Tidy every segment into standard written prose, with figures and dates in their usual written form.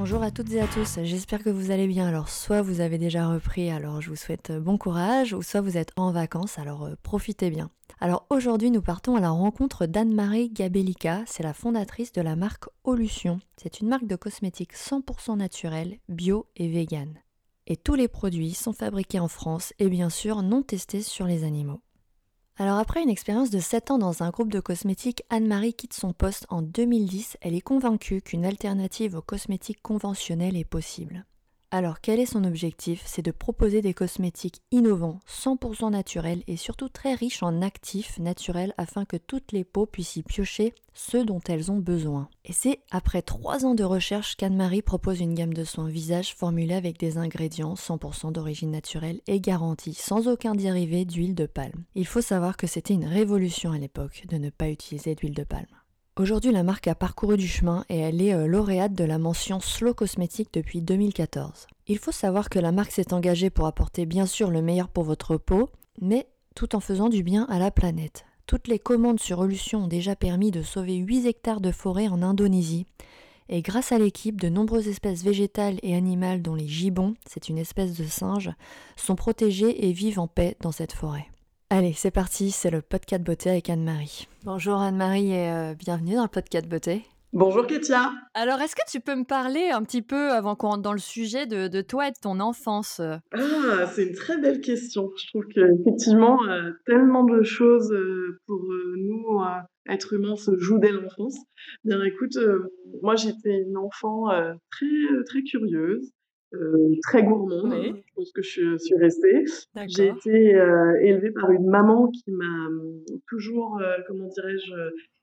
Bonjour à toutes et à tous, j'espère que vous allez bien. Alors soit vous avez déjà repris, alors je vous souhaite bon courage, ou soit vous êtes en vacances, alors profitez bien. Alors aujourd'hui nous partons à la rencontre d'Anne-Marie Gabellica, c'est la fondatrice de la marque Olution. C'est une marque de cosmétiques 100% naturelle, bio et vegan. Et tous les produits sont fabriqués en France et bien sûr non testés sur les animaux. Alors après une expérience de 7 ans dans un groupe de cosmétiques, Anne-Marie quitte son poste en 2010. Elle est convaincue qu'une alternative aux cosmétiques conventionnels est possible. Alors quel est son objectif? C'est de proposer des cosmétiques innovants, 100% naturels et surtout très riches en actifs naturels afin que toutes les peaux puissent y piocher ce dont elles ont besoin. Et c'est après 3 ans de recherche qu'Anne-Marie propose une gamme de soins visage formulée avec des ingrédients 100% d'origine naturelle et garantis sans aucun dérivé d'huile de palme. Il faut savoir que c'était une révolution à l'époque de ne pas utiliser d'huile de palme. Aujourd'hui, la marque a parcouru du chemin et elle est lauréate de la mention Slow Cosmétique depuis 2014. Il faut savoir que la marque s'est engagée pour apporter bien sûr le meilleur pour votre peau, mais tout en faisant du bien à la planète. Toutes les commandes sur Olution ont déjà permis de sauver 8 hectares de forêt en Indonésie. Et grâce à l'équipe, de nombreuses espèces végétales et animales dont les gibbons, c'est une espèce de singe, sont protégées et vivent en paix dans cette forêt. Allez, c'est parti, c'est le podcast beauté avec Anne-Marie. Bonjour Anne-Marie et bienvenue dans le podcast beauté. Bonjour Katia. Alors, est-ce que tu peux me parler un petit peu, avant qu'on rentre dans le sujet, de toi et de ton enfance? Ah, c'est une très belle question. Je trouve qu'effectivement, tellement de choses pour nous, êtres humains, se jouent dès l'enfance. Bien écoute, moi j'étais une enfant très curieuse, très gourmande. Oui, Je pense que je suis restée. J'ai d'accord. été élevée par une maman qui m'a toujours, comment dirais-je,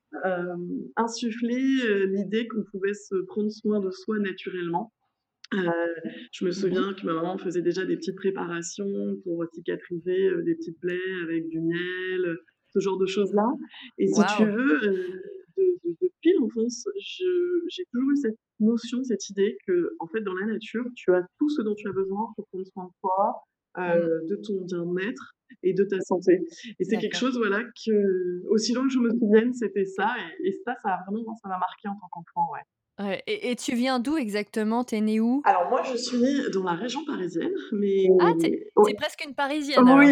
insufflé l'idée qu'on pouvait se prendre soin de soi naturellement. Heu, je me Mhm. souviens que ma maman faisait déjà des petites préparations pour cicatriser, des petites plaies avec du miel, ce genre de choses-là. Et si tu Waouh, veux, depuis l'enfance, j'ai toujours eu cette notion, cette idée que, en fait, dans la nature, tu as tout ce dont tu as besoin pour prendre soin de toi, Hmm, de ton bien-être et de ta santé. Et c'est quelque d'accord. chose, voilà, que aussi loin que je me souvienne, c'était ça. Et ça m'a marqué en tant qu'enfant, ouais. Ouais, et tu viens d'où exactement? T'es née où? Alors moi, je suis née dans la région parisienne, mais Ah, ouais, t'es presque une Parisienne oui, alors.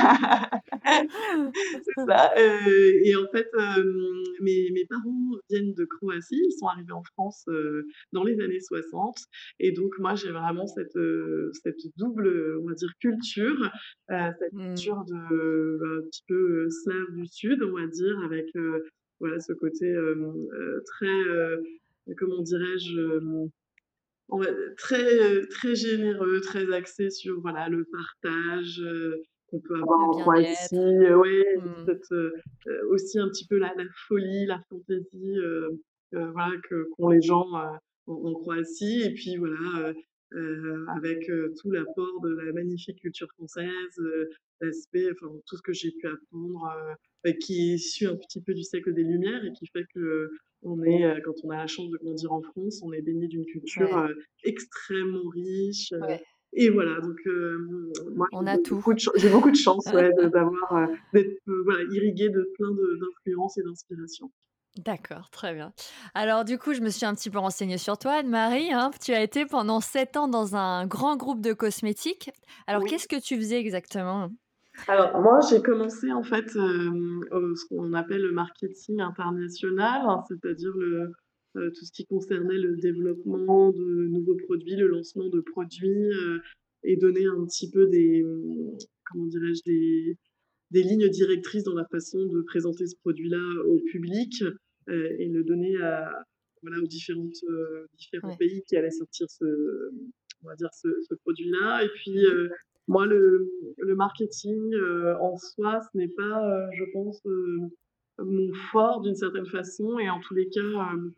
c'est ça, et en fait, mes parents viennent de Croatie. Ils sont arrivés en France, dans les années 60. Et donc moi, j'ai vraiment cette double, on va dire culture, cette Hmm, culture de, un petit peu, slave du sud, on va dire, avec, voilà, ce côté, très, comment dirais-je? Ouais, très généreux, très axé sur, voilà, le partage, qu'on peut avoir le en Croatie, bien-être. ouais, Hmm, cette, aussi un petit peu la folie, la fantaisie, voilà, que qu'ont les gens, en Croatie. Et puis voilà, avec, tout l'apport de la magnifique culture française, l'aspect, enfin, tout ce que j'ai pu apprendre, qui est issu un petit peu du siècle des Lumières et qui fait que on est, quand on a la chance de grandir en France, on est baigné d'une culture, ouais, extrêmement riche, ouais, et voilà. Donc moi on a tout. j'ai beaucoup de chance, ouais, d'avoir, d'être, voilà, irriguée de plein d'influences et d'inspirations. D'accord, très bien. Alors du coup, je me suis un petit peu renseignée sur toi, Anne-Marie, hein. Tu as été pendant 7 ans dans un grand groupe de cosmétiques. Alors Oui. qu'est-ce que tu faisais exactement? Alors moi, j'ai commencé en fait, ce qu'on appelle le marketing international, hein, c'est-à-dire tout ce qui concernait le développement de nouveaux produits, le lancement de produits, et donner un petit peu des, comment dirais-je? Des lignes directrices dans la façon de présenter ce produit-là au public, et le donner à, voilà, aux différents Ouais. pays qui allaient sortir on va dire ce produit-là. Et puis, Mmh. moi, le marketing, en soi, ce n'est pas, je pense, mon fort d'une certaine façon. Et en tous les cas,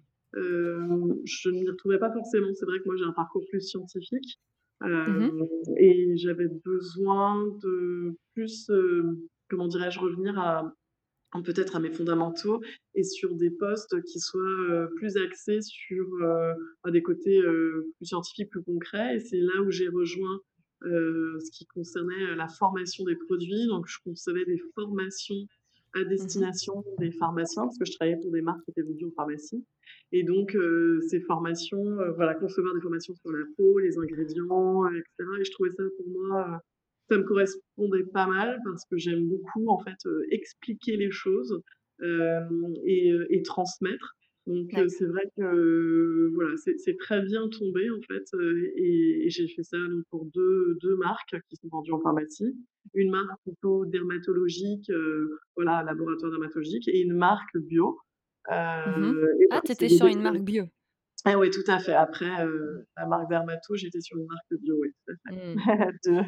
je ne m'y retrouvais pas forcément. C'est vrai que moi, j'ai un parcours plus scientifique, Mmh. et j'avais besoin de plus, comment dirais-je? Revenir peut-être à mes fondamentaux et sur des postes qui soient, plus axés sur, des côtés, plus scientifiques, plus concrets. Et c'est là où j'ai rejoint, ce qui concernait, la formation des produits. Donc je concevais des formations à Mmh. destination des pharmaciens, parce que je travaillais pour des marques qui étaient vendues en pharmacie. Et donc, ces formations, voilà, concevoir des formations sur la peau, les ingrédients, et cetera. Et je trouvais ça pour moi, ça me correspondait pas mal parce que j'aime beaucoup en fait, expliquer les choses, et transmettre. Donc, c'est D'accord. vrai que, voilà, c'est très bien tombé en fait, et j'ai fait ça donc pour deux marques qui sont vendues en pharmacie. Une marque plutôt dermatologique, voilà, laboratoire dermatologique, et une marque bio. Mmh. Et Ah, voilà, tu c'est étais des sur une expériences. marque bio? Ah ouais, tout à fait. Après, la marque dermato, j'étais sur une marque bio, oui, tout à Mmh. fait. De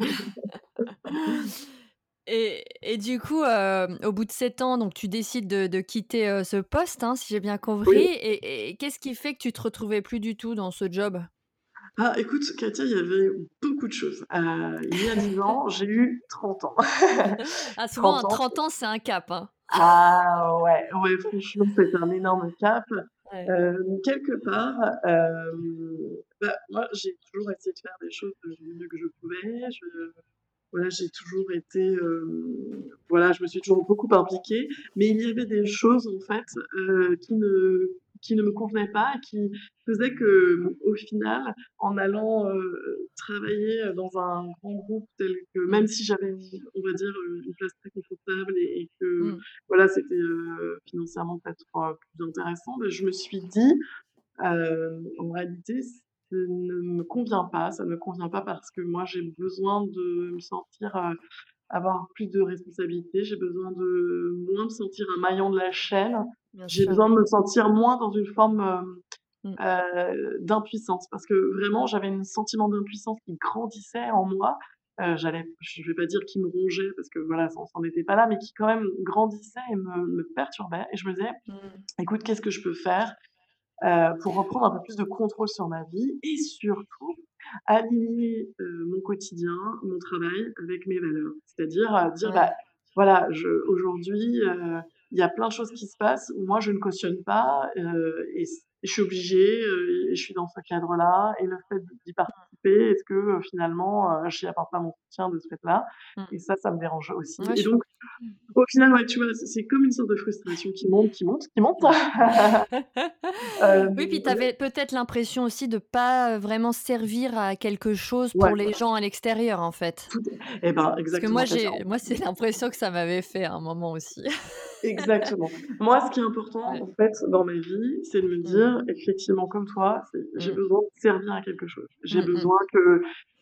Et du coup, au bout de 7 ans, donc tu décides de quitter, ce poste, hein, si j'ai bien compris Oui. et qu'est-ce qui fait que tu te retrouvais plus du tout dans ce job? Ah écoute, Katia, il y avait beaucoup de choses. Il y a 10 ans, j'ai eu 30 ans. Ah souvent, 30 à ans. 30 ans, c'est un cap, hein. Ah ouais, ouais, franchement, c'est un énorme cap. Ouais. Quelque part, bah, moi, j'ai toujours essayé de faire des choses du mieux que je pouvais. Voilà, j'ai toujours été, voilà, je me suis toujours beaucoup impliquée, mais il y avait des choses en fait, qui ne me convenaient pas, et qui faisaient que, au final, en allant, travailler, dans un grand groupe tel que, même Mmh. si j'avais, on va dire, une place très confortable, et que Mmh. voilà, c'était, financièrement peut-être, plus intéressant, mais je me suis dit, en réalité, ça ne me convient pas, ça ne me convient pas parce que moi j'ai besoin de me sentir, avoir plus de responsabilités, j'ai besoin de moins me sentir un maillon de la chaîne, Bien j'ai sûr. besoin de me sentir moins dans une forme, Mmh. d'impuissance, parce que vraiment j'avais un sentiment d'impuissance qui grandissait en moi, je vais pas dire qui me rongeait parce que voilà, ça on était pas là, mais qui quand même grandissait et me perturbait, et je me disais: Mmh. «Écoute, qu'est-ce que je peux faire, pour reprendre un peu plus de contrôle sur ma vie et surtout aligner, mon quotidien, mon travail avec mes valeurs». C'est-à-dire, dire: «Bah, Ouais. voilà, aujourd'hui, il y a plein de choses qui se passent où moi je ne cautionne pas, et je suis obligée, et je suis dans ce cadre-là, et le fait d'y participer, est-ce que, finalement, j'y apporte pas mon soutien de ce fait-là?» Mmh. Et ça me dérange aussi, Ouais, et je donc mmh. au final, ouais, tu vois, c'est comme une sorte de frustration qui monte, qui monte, qui monte. Ouais. Oui, puis tu Hem, avais peut-être l'impression aussi de pas, vraiment servir à quelque chose pour ouais, les gens à l'extérieur, en fait. tout et ben, Parce que exactement, Katia. moi, c'est l'impression que ça m'avait fait à un moment aussi. Exactement. Moi, ce qui est important, Ouais. en fait, dans ma vie, c'est de me Mmh. dire, effectivement, comme toi, j'ai Mmh. besoin de servir à quelque chose. J'ai Mmh mh. besoin que,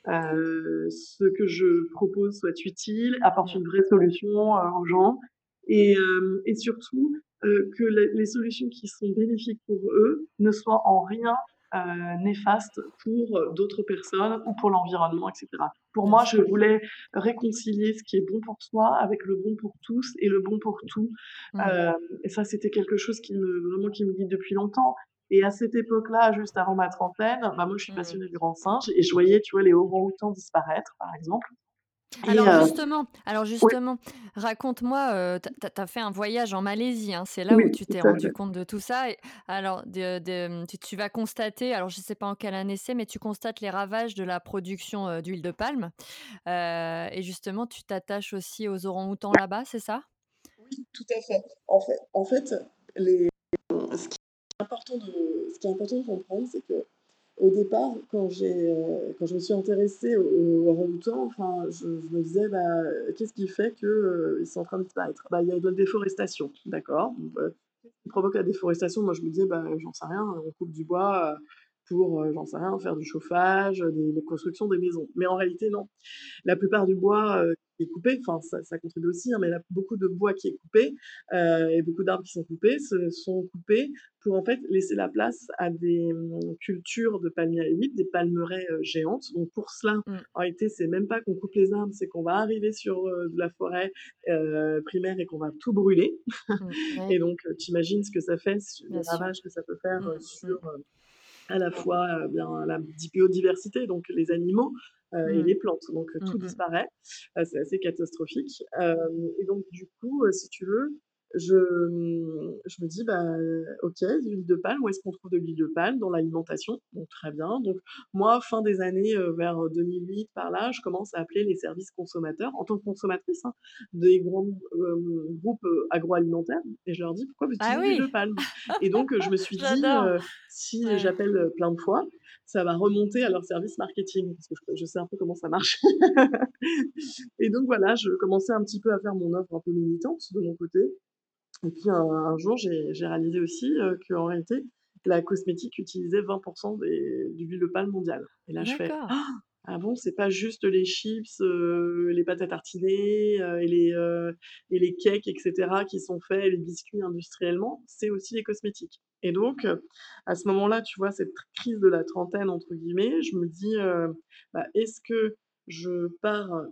ce que je propose soit utile, apporte Mmh. une vraie solution, aux gens, et surtout, que les solutions qui sont bénéfiques pour eux ne soient en rien, néfastes pour, d'autres personnes ou pour l'environnement, et cetera. Pour Bien moi, je sûr. voulais réconcilier ce qui est bon pour soi avec le bon pour tous et le bon pour tout. Mmh. Hem et ça, c'était quelque chose qui me guide depuis longtemps, et à cette époque-là, juste avant ma trentaine, bah, moi, je suis Mmh. passionnée du grand singe, et je voyais, tu vois, les orang-outans disparaître, par exemple, et Alors oui, justement, raconte-moi, tu as fait un voyage en Malaisie, hein, c'est là où oui, tu t'es tout à rendu fait. compte de tout ça et alors tu vas constater, alors je sais pas en quelle année c'est, mais tu constates les ravages de la production, d'huile de palme, et justement tu t'attaches aussi aux orang-outans là-bas, c'est ça? Oui, tout à fait. En fait, les ce qui ce qui est important de comprendre, c'est que au départ, quand je me suis intéressée aux orang-outans, enfin, je me disais: «Bah, qu'est-ce qui fait que, ils sont en train de disparaître?» Bah, il y a de la déforestation, d'accord, donc qu'est-ce qui provoque la déforestation? Moi, je me disais: «Bah, j'en sais rien, on coupe du bois, pour, j'en sais rien, faire du chauffage, des constructions, des maisons». Mais en réalité, non. La plupart du bois, qui est coupé, enfin ça contribue aussi, hein, mais il y a beaucoup de bois qui est coupé, et beaucoup d'arbres qui sont coupés, se sont coupés pour en fait laisser la place à des, cultures de palmiers à huile, des palmeraies, géantes. Donc pour cela, Mmh. en réalité, c'est même pas qu'on coupe les arbres, c'est qu'on va arriver sur, de la forêt, primaire, et qu'on va tout brûler. Mmh. Ouais, Et donc, tu imagines ce que ça fait, les bien sûr. ravages que ça peut faire, Mmh. Mmh. sur, à la fois, bien la biodiversité, donc les animaux, et Mmh. les plantes, donc Mmh tout mh. disparaît. C'est assez catastrophique, et donc du coup, si tu veux, je me dis: «Bah, OK, de l'huile de palme, où est-ce qu'on trouve de l'huile de palme? Dans l'alimentation». Donc très bien. Donc moi, fin des années, vers 2008 par là, je commence à appeler les services consommateurs en tant que consommatrice, hein, des grands, groupes, agroalimentaires et je leur dis: «Pourquoi vous Ah utilisez de l'huile de oui! palme?» Et donc je me suis dit, J'adore! «Si Ouais. j'appelle, plein de fois, ça va remonter à leur service marketing», parce que je sais un peu comment ça marche. Et donc voilà, je commençais un petit peu à faire mon offre un peu militante de mon côté et puis un jour, j'ai réalisé aussi, qu'en réalité, la cosmétique utilisait 20 du d'huile de palme mondiale et là, je fais: D'accord. «Ah ah bon, c'est pas juste les chips, les pâtes à tartiner, et les cakes et cetera qui sont faits et les biscuits industriellement, c'est aussi les cosmétiques». Et donc à ce moment-là, tu vois, cette crise de la «trentaine» entre guillemets, je me dis, bah, est-ce que je pars,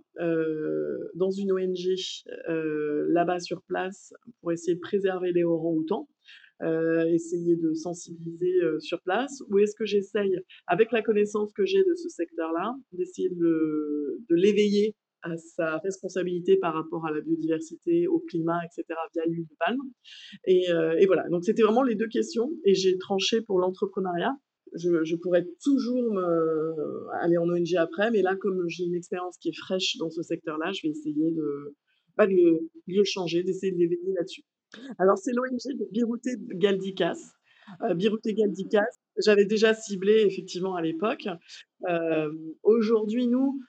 dans une ONG, là-bas sur place pour essayer de préserver les orang-outans, essayer de sensibiliser, sur place? Ou est-ce que j'essaye, avec la connaissance que j'ai de ce secteur-là, d'essayer de l'éveiller à sa responsabilité par rapport à la biodiversité, au climat et cetera via l'huile de palme? Et voilà, donc c'était vraiment les 2 questions et j'ai tranché pour l'entrepreneuriat. Je pourrais toujours aller en ONG après, mais là, comme j'ai une expérience qui est fraîche dans ce secteur-là, je vais essayer de le changer, d'essayer de l'éveiller là-dessus. Alors c'est l'ONG de Biruté Galdikas. Biruté Galdikas, j'avais déjà ciblé effectivement à l'époque. Aujourd'hui nous,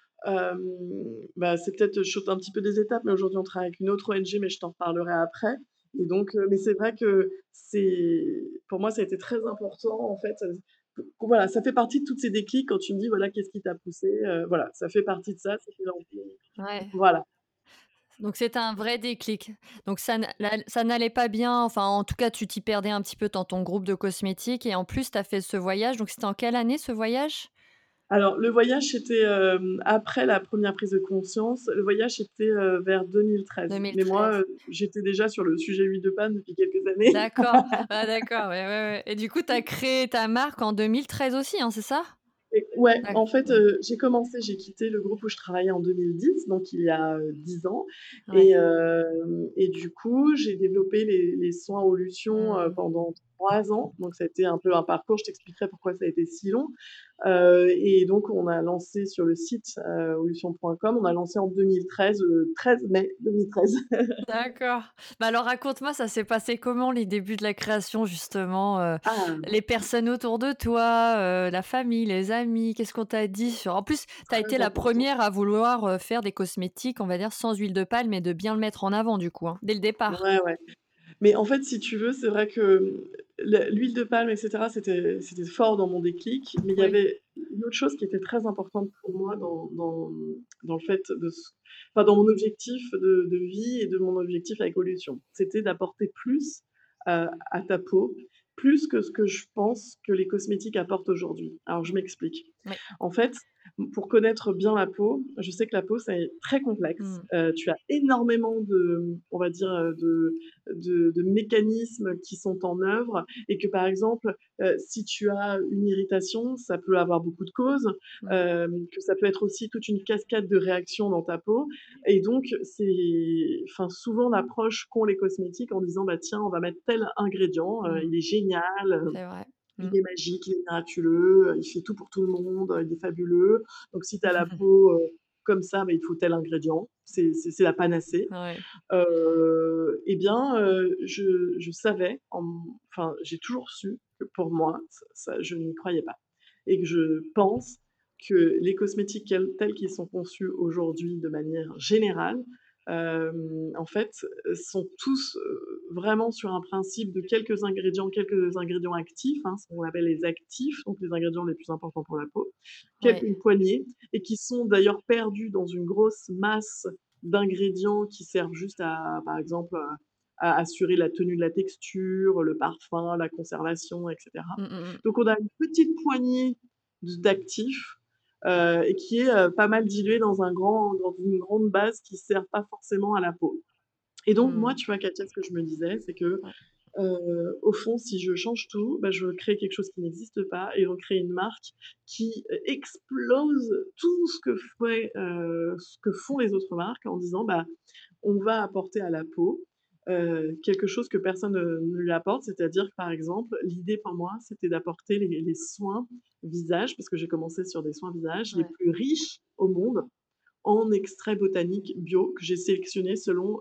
bah, c'est peut-être je saute un petit peu des étapes, mais aujourd'hui on travaille avec une autre ONG, mais je t'en reparlerai après. Et donc mais c'est vrai que c'est pour moi ça a été très important en fait, voilà, ça fait partie de tous ces déclics quand tu me dis voilà qu'est-ce qui t'a poussé, voilà, ça fait partie de ça, ça fait l'envie Ouais. voilà. Donc c'était un vrai déclic. Donc ça n'allait pas bien, enfin, en tout cas, tu t'y perdais un petit peu dans ton groupe de cosmétiques et en plus, tu as fait ce voyage. Donc c'était en quelle année ce voyage? Alors le voyage, c'était, après la première prise de conscience. Le voyage, c'était, vers 2013. Mais moi, 2013. j'étais déjà sur le sujet huile de palme depuis quelques années. D'accord. Ah d'accord, ouais, ouais, ouais et du coup, tu as créé ta marque en 2013 aussi, hein, c'est ça? Et ouais, D'acc en fait, mmh. j'ai quitté le groupe où je travaillais en 2010, donc il y a, 10 ans Ouais. et du coup, j'ai développé les soins Olution, Mmh. pendant 3 ans. Donc ça a été un peu un parcours, je t'expliquerai pourquoi ça a été si long. Et donc on a lancé sur le site, olution.com, on a lancé en 2013, 13 mai 2013. D'accord. Bah, alors raconte-moi, ça s'est passé comment les débuts de la création justement, Ah! les personnes autour de toi, la famille, les amis? Qu'est-ce qu'on t'a dit sur en plus, tu as Très été la important. première à vouloir, faire des cosmétiques, on va dire, sans huile de palme et de bien le mettre en avant du coup, hein, dès le départ? Ouais, ouais. Mais en fait, si tu veux, c'est vrai que, l'huile de palme et cetera, c'était fort dans mon déclic, mais il y Oui. avait une autre chose qui était très importante pour moi dans le fait de s enfin, dans mon objectif de vie et de mon objectif avec Olution. C'était d'apporter plus, à ta peau, plus que ce que je pense que les cosmétiques apportent aujourd'hui. Alors je m'explique. Oui. En fait, pour connaître bien la peau, je sais que la peau, c'est très complexe. Mmh. Tu as énormément de, on va dire, de mécanismes qui sont en œuvre et que, par exemple, si tu as une irritation, ça peut avoir beaucoup de causes, Mmh. que ça peut être aussi toute une cascade de réactions dans ta peau et donc c'est enfin, souvent l'approche qu'ont les cosmétiques en disant: «Bah, tiens, on va mettre tel ingrédient, Mmh. il est génial, C'est vrai. il Mmh. est magique, il est miraculeux, il fait tout pour tout le monde, il est fabuleux. Donc si tu as la peau, comme ça, bah, il te faut tel ingrédient. C'est la panacée». Ouais. Eh bien, je savais enfin, j'ai toujours su que pour moi, je n'y croyais pas et que je pense que les cosmétiques tels qu'ils sont conçus aujourd'hui de manière générale, en fait, sont tous, vraiment sur un principe de quelques ingrédients actifs, hein, ce qu'on appelle les actifs, donc les ingrédients les plus importants pour la peau, Ouais. une poignée et qui sont d'ailleurs perdus dans une grosse masse d'ingrédients qui servent juste à, par exemple, à assurer la tenue de la texture, le parfum, la conservation et cetera. Mmh, mmh mh. Donc on a une petite poignée d'actifs, et qui est, pas mal diluée dans une grande base qui sert pas forcément à la peau. Et donc moi, Mmh. tu vois, Katia, ce que je me disais, c'est que, Ouais. au fond, si je change tout, bah, je veux créer quelque chose qui n'existe pas et recréer une marque qui, explose tout ce que font les autres marques en disant: «Bah, on va apporter à la peau quelque chose que personne ne lui apporte. C'est-à-dire que, par exemple, l'idée pour moi, c'était d'apporter les soins visage, parce que j'ai commencé sur des soins visage, les Ouais. plus riches au monde en extraits botaniques bio que j'ai sélectionnés selon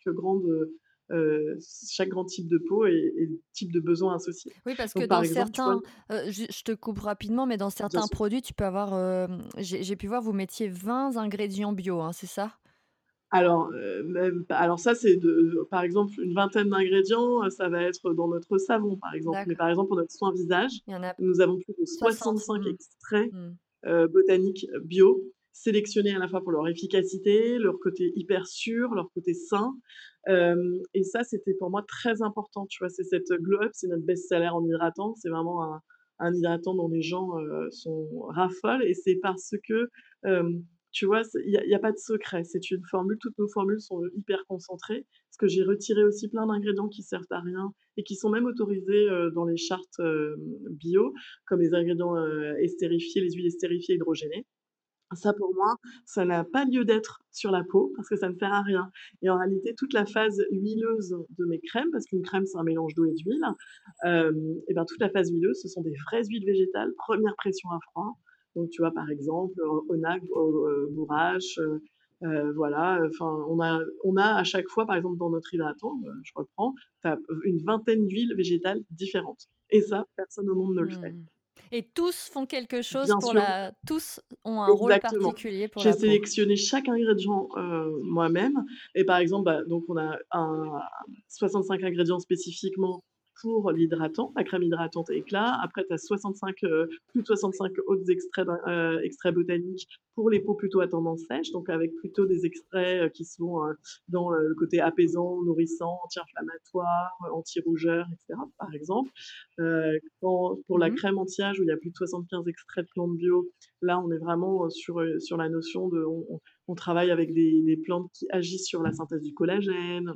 chaque grand type de peau et type de besoin associé. Oui, parce que Donc par dans exemple, tu vois certains, je te coupe rapidement, mais dans bien certains sûr. produits, tu peux avoir, j'ai pu voir, vous mettiez 20 ingrédients bio, hein, c'est ça? Alors, même pas alors ça, c'est par exemple, une vingtaine d'ingrédients, ça va être dans notre savon, par exemple. Mais D'accord. par exemple, pour notre soin visage, Il y en a nous avons plus de 60. 65 extraits, Mmh. botaniques bio, sélectionnés à la fois pour leur efficacité, leur côté hyper sûr, leur côté sain. Et ça, c'était pour moi très important, tu vois? C'est cette Glow Up, c'est notre best-seller en hydratant. C'est vraiment un hydratant dont les gens, raffolent et c'est parce que, hem, tu vois, il y a pas de secret. C'est une formule toutes nos formules sont hyper concentrées, parce que j'ai retiré aussi plein d'ingrédients qui servent à rien et qui sont même autorisés, dans les chartes, bio, comme les ingrédients, estérifiés, les huiles estérifiées hydrogénées. Ça pour moi, ça n'a pas lieu d'être sur la peau parce que ça ne sert à rien et en réalité toute la phase huileuse de mes crèmes, parce qu'une crème c'est un mélange d'eau et d'huile, et ben toute la phase huileuse, ce sont des vraies huiles végétales, première pression à froid. Donc tu vois, par exemple, Onag, Bourrache, voilà, enfin on a à chaque fois, par exemple dans notre hydratant, je reprends, tu as une vingtaine d'huiles végétales différentes et ça, personne au monde ne le fait. Mmh. Et tous font quelque chose Bien pour sûr. la tous ont un rôle Exactement. particulier pour J'ai la peau. sélectionné chaque ingrédient, moi-même et par exemple, bah, donc on a 65 ingrédients spécifiquement pour l'hydratant, la crème hydratante éclat. Après tu as 65, plus de 65 autres extraits botaniques pour les peaux plutôt à tendance sèche, donc avec plutôt des extraits, qui sont, dans, le côté apaisant, nourrissant, anti-inflammatoire, anti-rougeur et cetera, par exemple. Quand pour la Mmh. crème anti-âge où il y a plus de 75 extraits de plantes bio, là, on est vraiment, sur la notion de on travaille avec des plantes qui agissent sur la synthèse du collagène,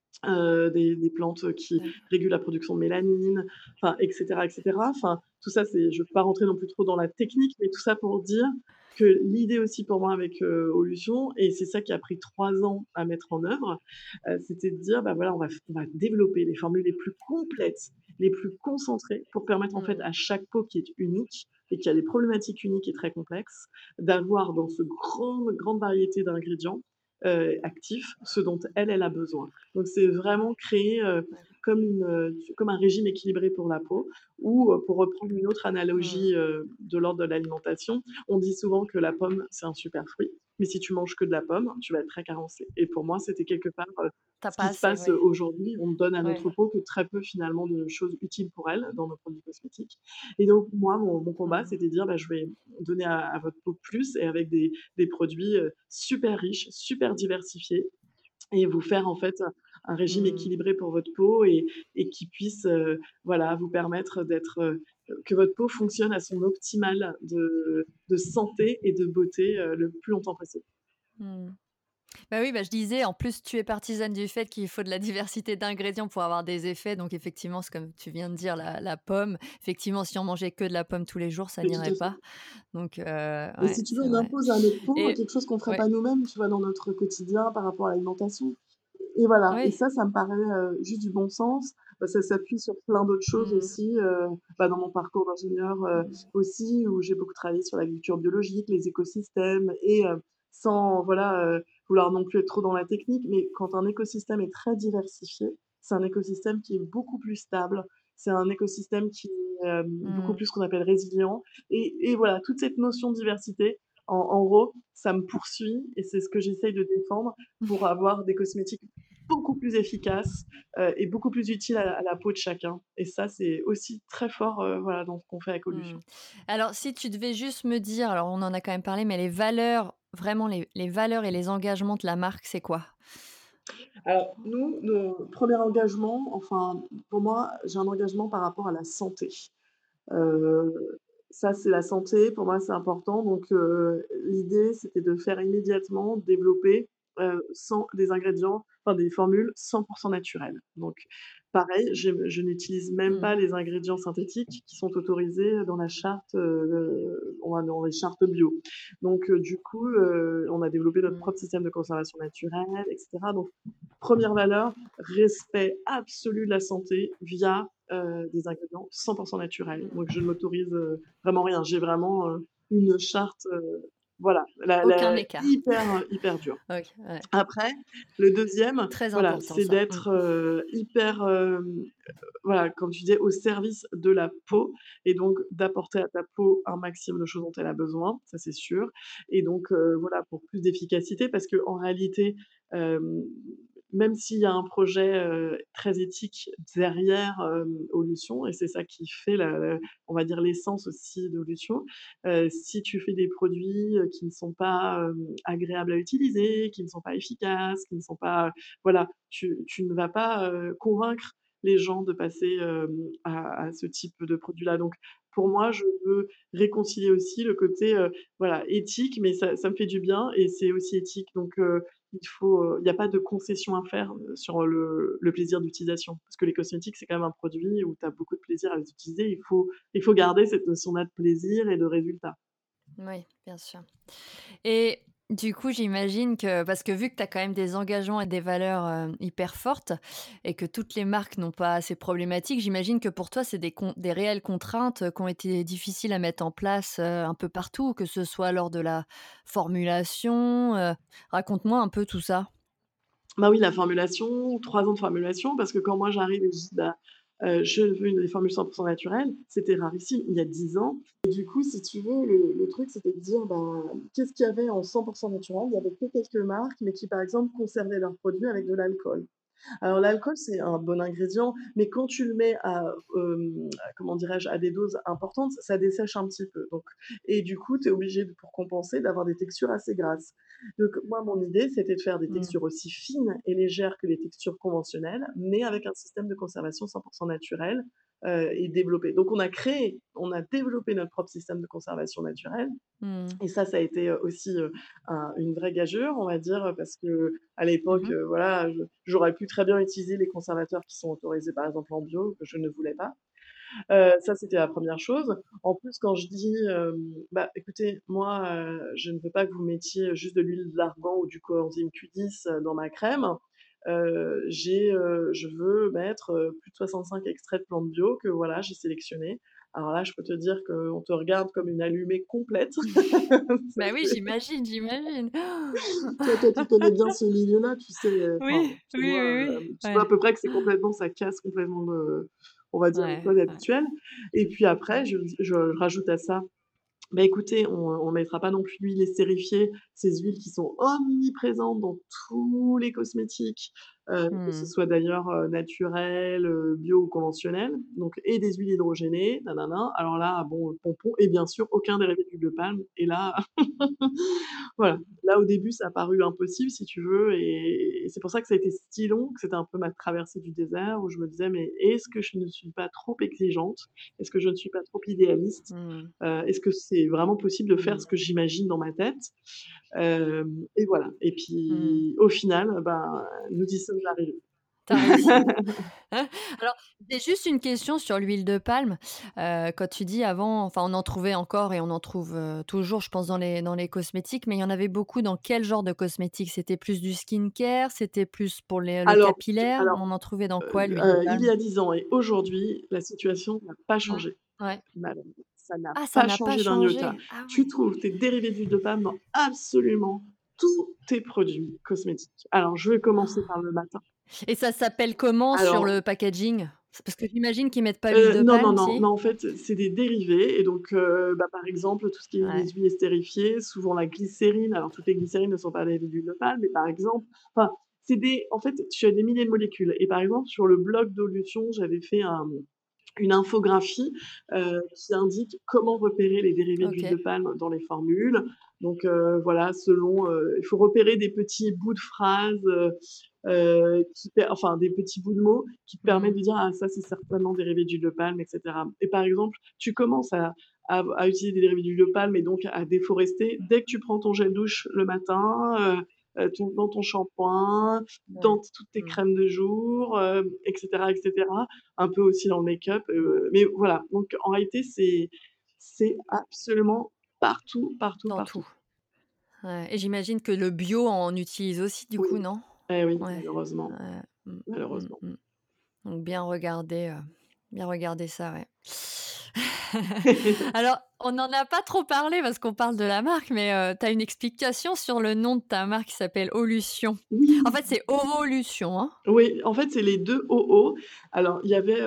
des plantes qui D'accord. régulent la production de mélanine, enfin et cetera et cetera. Enfin, tout ça, c'est je ne peux pas rentrer non plus trop dans la technique, mais tout ça pour dire que l'idée aussi pour moi avec, Olution et c'est ça qui a pris 3 ans à mettre en œuvre, c'était de dire: «Bah, voilà, on va développer les formules les plus complètes, les plus concentrées pour permettre en fait Mmh. à chaque peau qui est unique et qui a des problématiques uniques et très complexes, d'avoir dans ce grande variété d'ingrédients, actifs, ce dont elle a besoin». Donc c'est vraiment créer, D'accord. comme un régime équilibré pour la peau ou, pour reprendre une autre Mmh. analogie, de l'ordre de l'alimentation, on dit souvent que la pomme, c'est un super fruit, mais si tu manges que de la pomme, tu vas être très carencé et pour moi, c'était quelque part, Tu ce pas qui se assez, passe, oui. aujourd'hui. On donne à Ouais. notre peau que très peu finalement de choses utiles pour elle dans nos produits cosmétiques et donc moi, mon combat, Mmh. c'était de dire: «Bah, je vais donner à votre peau plus et avec des produits, super riches, super diversifiés et vous faire en fait un régime Mmh. équilibré pour votre peau et qui puisse, voilà, vous permettre d'être, que votre peau fonctionne à son optimal de santé et de beauté, le plus longtemps possible. Mmh. Bah, oui, bah, je disais, en plus, tu es partisane du fait qu'il faut de la diversité d'ingrédients pour avoir des effets. Donc effectivement, c'est comme tu viens de dire, la pomme. Effectivement, si on mangeait que de la pomme tous les jours, ça Mais tout n'irait à fait. pas. Donc Et ouais, si tu veux, c'est on vrai. impose à notre peau Et quelque chose qu'on ne ferait ouais, pas nous-mêmes, tu vois, dans notre quotidien par rapport à l'alimentation. Et voilà, et oui. ça me paraît, juste du bon sens. Ça s'appuie sur plein d'autres choses Mmh. aussi, bah, dans mon parcours d'ingénieur, aussi où j'ai beaucoup travaillé sur l'agriculture biologique, les écosystèmes et sans voilà, vouloir non plus être trop dans la technique, mais quand un écosystème est très diversifié, c'est un écosystème qui est beaucoup plus stable. C'est un écosystème qui est, beaucoup Mmh. plus ce qu'on appelle résilient et voilà, toute cette notion de diversité, en gros, ça me poursuit et c'est ce que j'essaye de défendre pour avoir des cosmétiques beaucoup plus efficaces, et beaucoup plus utiles à la peau de chacun et ça, c'est aussi très fort, voilà, dans ce qu'on fait avec Mmh. Olution. Alors si tu devais juste me dire, alors on en a quand même parlé, mais les valeurs, vraiment les valeurs et les engagements de la marque, c'est quoi? Alors nous, nos premiers engagements, enfin, pour moi, j'ai un engagement par rapport à la santé. Heu, Ça, c'est la santé, pour moi, c'est important donc l'idée, c'était de faire immédiatement développer, sans des ingrédients, enfin des formules 100 naturelles. Donc pareil, je n'utilise même Mmh. pas les ingrédients synthétiques qui sont autorisés dans la charte, on va dans les chartes bio. Donc du coup, on a développé notre Mmh. propre système de conservation naturelle et cetera. Donc Première valeur, respect absolu de la santé via, des ingrédients 100 naturels. Donc je ne m'autorise, vraiment rien. J'ai vraiment, une charte, voilà, Aucun la écart. hyper, hyper dure. OK, ouais. Après, le deuxième, Très voilà, important c'est ça. d'être, hyper, voilà, comme tu disais, au service de la peau et donc d'apporter à ta peau un maximum de choses dont elle a besoin, ça c'est sûr et donc voilà, pour plus d'efficacité parce qu'en réalité, hem, même s'il y a un projet, très éthique derrière, Olution et c'est ça qui fait la on va dire l'essence aussi d'Olution, si tu fais des produits, qui ne sont pas, agréables à utiliser, qui ne sont pas efficaces, qui ne sont pas, voilà, tu ne vas pas, convaincre les gens de passer, à ce type de produit-là. Donc pour moi, je veux réconcilier aussi le côté, voilà, éthique, mais ça me fait du bien et c'est aussi éthique. Donc il y a pas de concession à faire, sur le plaisir d'utilisation. Parce que les cosmétiques, c'est quand même un produit où tu as beaucoup de plaisir à les utiliser. Il faut garder cette notion-là de plaisir et de résultat. Oui, bien sûr. Et du coup, j'imagine que parce que vu que tu as quand même des engagements et des valeurs, hyper fortes et que toutes les marques n'ont pas ces problématiques, j'imagine que pour toi, c'est des réelles contraintes, qui ont été difficiles à mettre en place, un peu partout, que ce soit lors de la formulation, raconte-moi un peu tout ça? Bah oui, la formulation, 3 ans de formulation, parce que quand moi j'arrive et que je dis: «Bah, je veux des formules 100 naturelles», c'était rarissime, il y a 10 ans et du coup, si tu veux, le truc, c'était de dire, ben, qu'est-ce qu'il y avait en 100 naturel? Il y avait que quelques marques, mais qui, par exemple, conservaient leurs produits avec de l'alcool. Alors l'alcool, c'est un bon ingrédient, mais quand tu le mets à, comment dirais-je, à des doses importantes, ça dessèche un petit peu. Donc et du coup, tu es obligé de pour compenser, d'avoir des textures assez grasses. Donc moi, mon idée, c'était de faire des Mmh. textures aussi fines et légères que les textures conventionnelles, mais avec un système de conservation 100 naturel, et développé. Donc on a développé notre propre système de conservation naturelle Mmh. et ça a été, aussi, une vraie gageure, on va dire, parce qu'à l'époque, Mmh. voilà, j'aurais pu très bien utiliser les conservateurs qui sont autorisés, par exemple, en bio, que je ne voulais pas. Ça, c'était la première chose. En plus, quand je dis, «Bah, écoutez, moi, je ne veux pas que vous mettiez juste de l'huile d'argan ou du coenzyme Q10, dans ma crème», je veux mettre, plus de 65 extraits de plantes bio que, voilà, j'ai sélectionnés. Alors là, je peux te dire qu'on te regarde comme une allumée complète. Ça, Bah oui, c'est j'imagine, j'imagine. toi qui connais bien ce milieu-là, tu sais, enfin, Oui, oui, oui, oui. tu vois à Ouais, peu près que c'est complètement ça casse complètement le on va dire les ouais, codes ouais. habituels et puis après je rajoute à ça bah, écoutez, on mettra pas non plus l'huile estérifiée, ces huiles qui sont omniprésentes dans tous les cosmétiques, que ce Mmh. soit d'ailleurs, naturelles, bio ou conventionnelles, donc et des huiles hydrogénées, nin nin nin. Alors là, bon, pompon et bien sûr aucun dérivé d'huile de palme et là voilà. Là, au début, ça a paru impossible si tu veux et c'est pour ça que ça a été si long, que c'était un peu ma traversée du désert où je me disais: «Mais est-ce que je ne suis pas trop exigeante? Est-ce que je ne suis pas trop idéaliste?» Mmh. Est-ce que c'est vraiment possible de faire Mmh. ce que j'imagine dans ma tête? Et voilà et Mmh. puis au final, ben, nous y sommes arrivés. Tu as réussi. Hein? Alors, j'ai juste une question sur l'huile de palme. Quand tu dis avant, enfin, on en trouvait encore et on en trouve, toujours, je pense, dans les cosmétiques, mais il y en avait beaucoup dans quel genre de cosmétiques? C'était plus du skincare? C'était plus pour le Alors capillaire? alors, On en trouvait dans quoi l'huile de il palme? y a 10 ans et aujourd'hui, la situation n'a pas Mmh. changé. Ouais. Malheureusement, ça n'a Ah, ça pas n'a pas changé d'un iota. changé? Ah Tu ouais. trouves tes dérivés d'huile de palme dans absolument tous tes produits cosmétiques. Alors je vais commencer par le matin. Et ça s'appelle comment sur Alors le packaging? C'est parce que j'imagine qu'ils mettent pas l'huile de non, non, palme, non, si? non, en fait, c'est des dérivés et donc bah, par exemple, tout ce qui est les Ouais. huiles estérifiées, souvent la glycérine, alors toutes les glycérines ne sont pas des d'huile de palme, mais par exemple, enfin, c'est des en fait, tu as des milliers de molécules et par exemple, sur le blog d'Olution, j'avais fait une infographie, qui indique comment repérer les dérivés d'huile de OK. palme dans les formules. Donc voilà, selon, il faut repérer des petits bouts de phrases, enfin des petits bouts de mots qui te permettent Mmh. de dire: «Ah ça, c'est certainement dérivé d'huile de palme» et cetera et par exemple, tu commences à utiliser des dérivés d'huile de palme et donc à déforester dès que tu prends ton gel douche le matin, dans ton shampoing, dans Ouais. toutes tes Mmh. crèmes de jour, et cetera et cetera. Un peu aussi dans le make-up, mais voilà. Donc en réalité, c'est absolument partout, partout, Dans partout. tout. Ouais et j'imagine que le bio en utilise aussi du coup, Oui. non? Eh oui, Ouais, malheureusement, ouais. Mmh, mmh, malheureusement. mmh. Donc bien regarder ça, ouais. Alors, on n'en a pas trop parlé parce qu'on parle de la marque, mais tu as une explication sur le nom de ta marque qui s'appelle Olution? En Oui! fait, c'est Horolution, hein? Oui, en fait, c'est les 2 O. Alors, il y avait,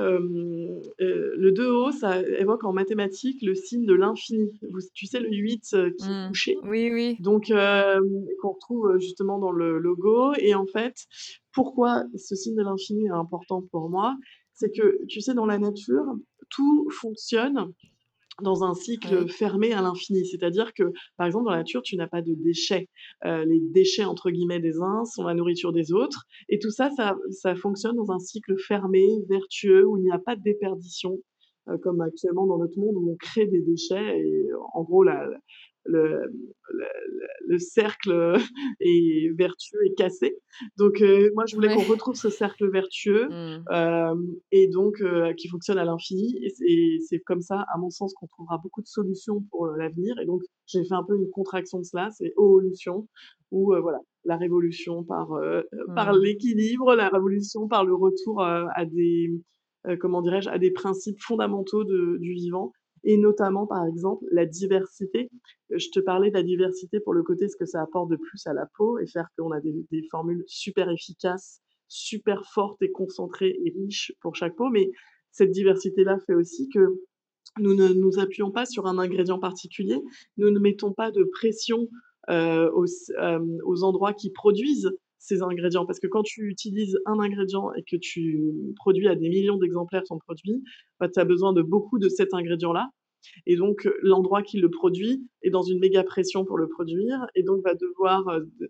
le 2 O, ça évoque en mathématiques le signe de l'infini. Vous tu sais, le 8 qui est Mmh. couché, Oui, oui. donc qu'on retrouve, justement dans le logo et en fait, pourquoi ce signe de l'infini est important pour moi? C'est que, tu sais, dans la nature, tout fonctionne dans un cycle Oui. fermé à l'infini. C'est-à-dire que, par exemple, dans la nature, tu n'as pas de déchets. Les «déchets» entre guillemets des uns sont la nourriture des autres et tout ça, ça fonctionne dans un cycle fermé, vertueux, où il n'y a pas de déperdition, comme actuellement dans notre monde où on crée des déchets et en gros la le le cercle, est vertueux est cassé. Donc moi je voulais Ouais. qu'on retrouve ce cercle vertueux, Mmh. et donc qui fonctionne à l'infini et c'est comme ça, à mon sens, qu'on trouvera beaucoup de solutions pour, l'avenir et donc j'ai fait un peu une contraction de cela, c'est Evolution où, voilà, la révolution par Mmh. l'équilibre, la révolution par le retour, à des, comment dirais-je? À des principes fondamentaux du vivant et notamment, par exemple, la diversité. Je te parlais de la diversité pour le côté ce que ça apporte de plus à la peau et faire qu'on a des formules super efficaces, super fortes et concentrées et riches pour chaque peau. Mais cette diversité-là fait aussi que nous ne nous appuyons pas sur un ingrédient particulier. Nous ne mettons pas de pression, aux endroits qui produisent ces ingrédients. Parce que quand tu utilises un ingrédient et que tu produis à des millions d'exemplaires ton produit, bah, tu as besoin de beaucoup de cet ingrédient-là et donc, l'endroit qui le produit est dans une méga pression pour le produire et donc va devoir,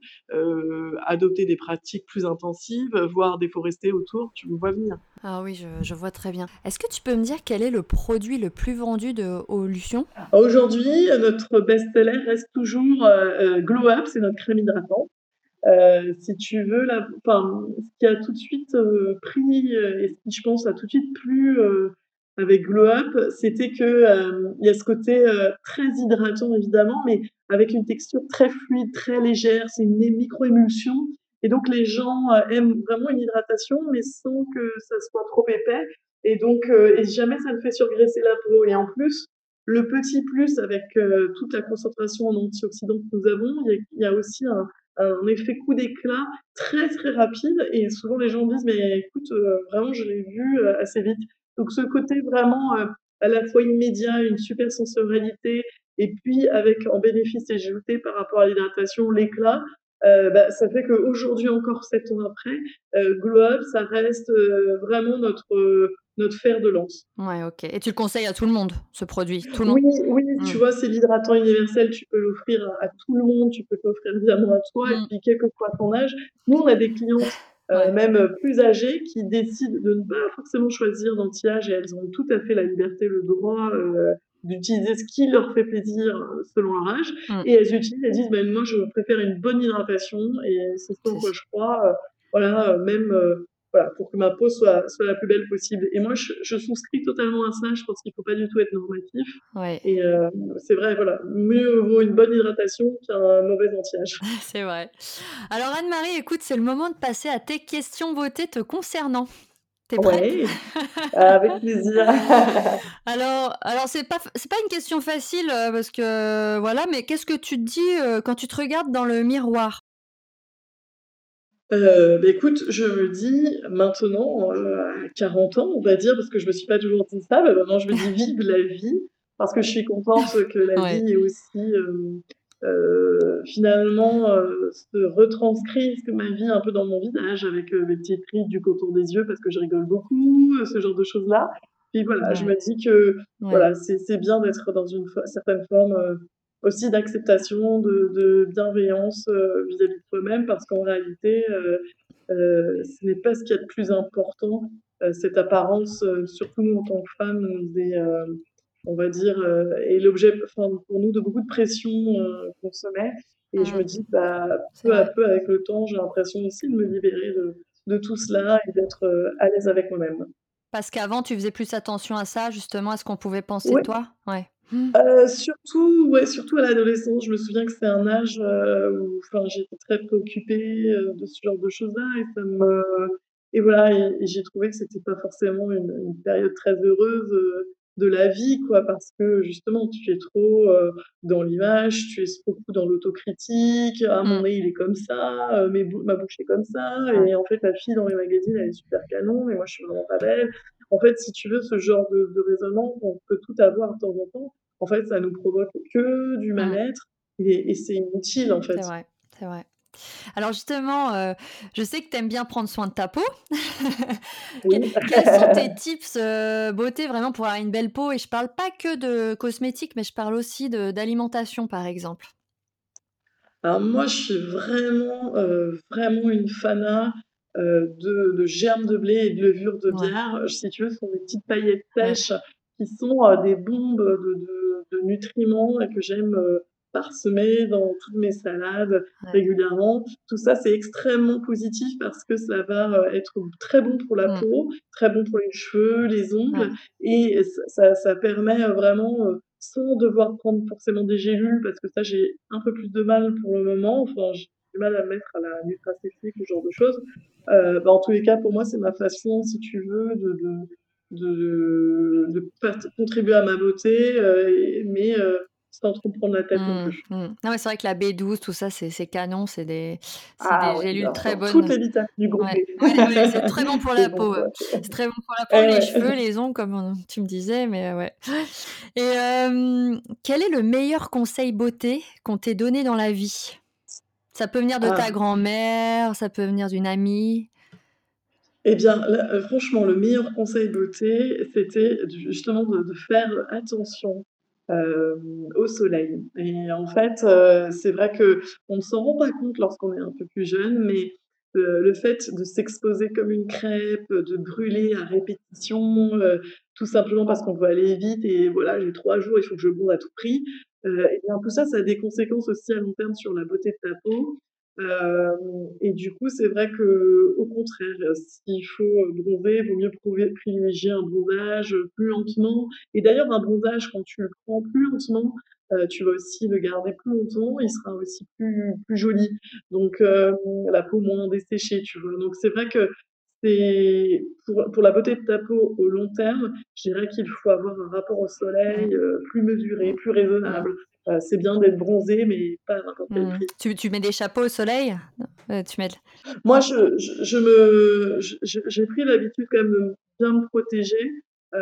adopter des pratiques plus intensives, voire déforester autour, tu me vois venir. Ah oui, je vois très bien. Est-ce que tu peux me dire quel est le produit le plus vendu de Olution? Aujourd'hui, notre best-seller reste toujours, Glow Up, c'est notre crème hydratante. Si tu veux là enfin, ce qui a tout de suite, pris, et ce qui je pense a tout de suite plu, avec Glow Up, c'était que, il y a ce côté, très hydratant évidemment, mais avec une texture très fluide, très légère, c'est une micro-émulsion et donc les gens, aiment vraiment une hydratation, mais sans que ça soit trop épais et donc et jamais ça ne fait surgraisser la peau et en plus, le petit plus avec, toute la concentration en antioxydants que nous avons, il y a aussi un effet coup d'éclat très, très rapide et souvent les gens disent: «Mais écoute, vraiment je l'ai vu, assez vite». Donc ce côté vraiment, à la fois immédiat, une super sensorialité et puis avec en bénéfice et ajouté par rapport à l'hydratation, l'éclat, bah, ça fait qu'aujourd'hui encore 7 ans après, Glow Up ça reste, vraiment notre fer de lance. Ouais, OK, et tu le conseilles à tout le monde, ce produit? Tout le monde? Oui, oui, Mmh. tu vois, c'est l'hydratant universel, tu peux l'offrir à tout le monde, tu peux t'offrir évidemment à toi et Mmh. puis quel que soit ton âge. Nous, on a des clientes, Ouais. même, plus âgées qui décident de ne pas forcément choisir d'anti-âge et elles ont tout à fait la liberté, le droit, d'utiliser ce qui leur fait plaisir, selon leur âge Mmh. et elles utilisent, elles disent: «Ben moi, je préfère une bonne hydratation et c'est ce en C'est quoi ç je crois, voilà, même, voilà, pour que ma peau soit la plus belle possible» et moi, je souscris totalement à ça. Je pense qu'il faut pas du tout être normatif Ouais, et c'est vrai, voilà, mieux vaut une bonne hydratation qu'un mauvais anti-âge. c'est vrai. Alors Anne-Marie, écoute, c'est le moment de passer à tes questions beauté te concernant. Tu es prête? Ouais, avec plaisir. Alors c'est pas une question facile, parce que voilà, mais qu'est-ce que tu te dis, quand tu te regardes dans le miroir? Bah, écoute, je me dis maintenant, à 40 ans, on va dire, parce que je me suis pas toujours dit ça, bah, maintenant je me dis: «Vive la vie!» parce que je suis contente que la Ouais. vie ait aussi, finalement, se retranscrit que ma vie un peu dans mon visage avec, mes petites rides du contour des yeux parce que je rigole beaucoup, ce genre de choses-là. Puis voilà, je Ouais, me dis que, ouais. voilà, c'est bien d'être dans une certaine forme, aussi d'acceptation, de bienveillance, vis-à-vis de soi-même parce qu'en réalité, ce n'est pas ce qu'il y a de plus important, cette apparence, surtout nous en tant que femmes, nous est, on va dire, est l'objet enfin pour nous de beaucoup de pression, qu'on se met et je Mmh. me dis, bah, C'est peu à vrai. peu avec le temps, j'ai l'impression aussi de me libérer de tout cela et d'être, à l'aise avec moi-même. Parce qu'avant tu faisais plus attention à ça justement, à ce qu'on pouvait penser de Ouais. toi? Ouais. Surtout ouais, surtout à l'adolescence. Je me souviens que c'est un âge, où enfin, j'étais très préoccupée, de ce genre de choses-là et ça me et voilà et j'ai trouvé que c'était pas forcément une période très heureuse, de la vie, quoi. Parce que justement, tu es trop, dans l'image, tu es beaucoup dans l'autocritique. «Ah mon Mmh. nez, il est comme ça, ma bouche est comme ça Ouais. et en fait, la fille dans les magazines, elle est super canon et moi, je suis vraiment pas belle». En fait, si tu veux, ce genre de raisonnement qu'on peut tout avoir de temps en temps, en fait, ça nous provoque que du Mmh. mal-être et c'est inutile, en fait. C'est vrai, c'est vrai. Alors justement, je sais que tu aimes bien prendre soin de ta peau. Oui. Quels sont tes tips, beauté vraiment pour avoir une belle peau? Et je parle pas que de cosmétiques, mais je parle aussi d'alimentation, par exemple. Alors moi, je suis vraiment une fana, de germes de blé et de levure de Ouais, bière. Si tu veux, ce sont des petites paillettes ouais, sèches qui sont, des bombes de nutriments et que j'aime, parsemer dans toutes mes salades ouais. régulièrement. Tout ça, c'est extrêmement positif parce que ça va, être très bon pour la Mmh. peau, très bon pour les cheveux, les Ouais. ongles et ça permet, vraiment, sans devoir prendre forcément des gélules parce que ça, j'ai un peu plus de mal pour le moment. Enfin, j'ai du mal à me mettre à la nutraceutique, ce genre de choses. En tous les cas, pour moi, c'est ma façon, si tu veux, contribuer à ma beauté, mais sans trop me prendre la tête non Mmh, plus. mmh. Non, mais c'est vrai que la B12, tout ça, c'est canon, c'est Ah des ouais, gélules bien très sûr. Toutes bonnes. les vitamines du groupe B. Ouais, ouais, ouais, c'est très bon pour C'est la bon, peau, quoi. c'est très bon pour la peau, Eh les ouais. cheveux, les ongles, comme tu me disais, mais ouais. Et quel est le meilleur conseil beauté qu'on t'ait donné dans la vie? Ça peut venir de ta Ah. grand-mère, ça peut venir d'une amie. Eh bien, là, franchement, le meilleur conseil beauté, c'était justement de faire attention, au soleil et en fait, c'est vrai qu'on ne s'en rend pas compte lorsqu'on est un peu plus jeune, mais le fait de s'exposer comme une crêpe, de brûler à répétition, tout simplement parce qu'on veut aller vite et voilà, j'ai 3 jours, il faut que je bronze à tout prix, et bien tout ça, ça a des conséquences aussi à long terme sur la beauté de ta peau. Et du coup, c'est vrai qu'au contraire, s'il faut, bronzer, il vaut mieux privilégier un bronzage, plus lentement et d'ailleurs un bronzage quand tu le prends plus lentement, tu vas aussi le garder plus longtemps, il sera aussi plus joli. Donc la peau moins desséchée, tu vois? Donc c'est vrai que c'est pour la beauté de ta peau au long terme, je dirais qu'il faut avoir un rapport au Mmh, soleil, plus mesuré, mmh, plus mmh, raisonnable. C'est bien d'être bronzé, mais pas à n'importe quel mmh. prix. Tu mets des chapeaux au soleil? Tu mets Moi, je me j'ai pris l'habitude quand même de bien me protéger,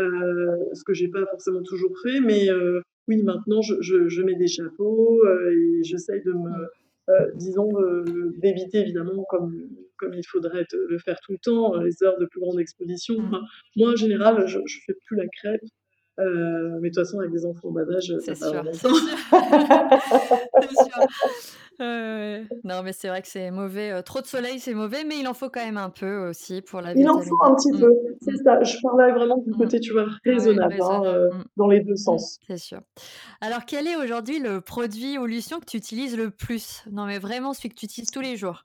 ce que j'ai pas forcément toujours fait, mais oui, maintenant je mets des chapeaux, et j'essaye de me, mmh, disons, d'éviter évidemment comme il faudrait le faire tout le temps, les heures de plus grande exposition. mmh. Enfin, moi, en général, je fais plus la crêpe, mais de toute façon avec des enfants en bas âge, tu C'est pas sûr, vraiment le c'est sûr. temps. C'est sûr. Ouais, ouais, ouais. Non, mais c'est vrai que c'est mauvais, trop de soleil, c'est mauvais, mais il en faut quand même un peu aussi pour la Il en faut vitamine D. un petit Mmh, peu, c'est mmh, ça. Je parlais vraiment du mmh. côté, tu vois, Ouais, raisonnable, hein, raisonnable. Mmh, dans les 2 sens. c'est sûr. Alors quel est aujourd'hui le produit ou lotion que tu utilises le plus? Non, mais vraiment celui que tu utilises tous les jours?